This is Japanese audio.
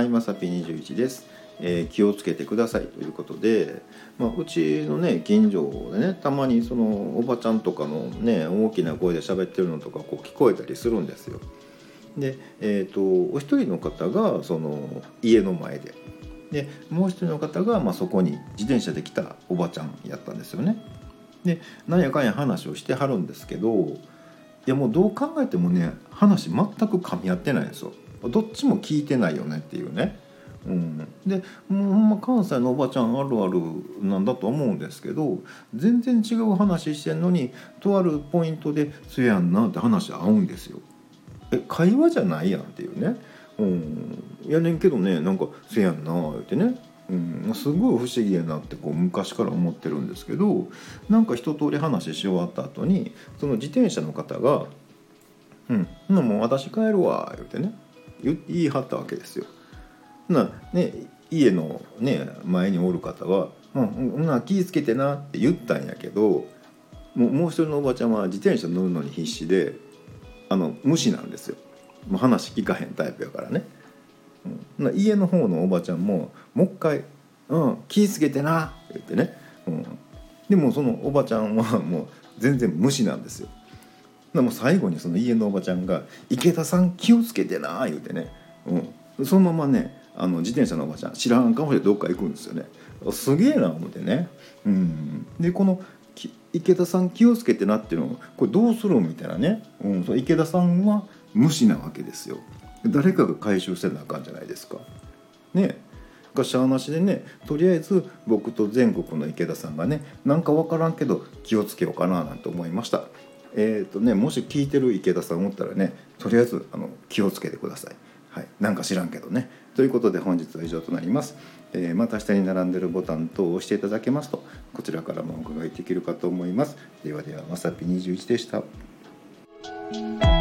はい、まさぴ21です。気をつけてくださいということで、うちのね近所でねたまにそのおばちゃんとかのね大きな声で喋ってるのとかこう聞こえたりするんですよ。で、お一人の方がその家の前でもう一人の方がそこに自転車で来たおばちゃんやったんですよね。でなんやかんや話をしてはるんですけど、いやもうどう考えてもね話全く噛み合ってないんですよ。どっちも聞いてないよねっていうね。でもうほんま関西のおばちゃんあるあるなんだと思うんですけど、全然違う話してんのにとあるポイントで「そやんな」って話合うんですよ。会話じゃないやんっていうね。やねんけどねなんか「せやんな」言ってね、すごい不思議やなってこう昔から思ってるんですけど、なんか一通り話し終わった後にその自転車の方がもう私帰るわ」言ってね言い張ったわけですよ。家の、前におる方は気ぃつけてな」って言ったんやけど、もう一人のおばちゃんは自転車乗るのに必死で無視なんですよ。もう話聞かへんタイプやからね。家の方のおばちゃんももう一回気ぃつけてな」って言ってね、でもそのおばちゃんはもう全然無視なんですよ。もう最後にその家のおばちゃんが「池田さん気をつけてな」言うてね、そのままね自転車のおばちゃん知らん顔でどっか行くんですよね。すげえな思ってね。でこの池田さん気をつけてなっていうのをこれどうするみたいなね、その池田さんは無視なわけですよ。誰かが回収せなあかんじゃないですかね。がしゃあなしでね、とりあえず僕と全国の池田さんがねなんか分からんけど気をつけようかななんて思いました。もし聞いてる池田さんおったらねとりあえず気をつけてください。はい、なんか知らんけどね。ということで本日は以上となります。また下に並んでるボタン等を押していただけますとこちらからもお伺いできるかと思います。ではではまさぴ21でした。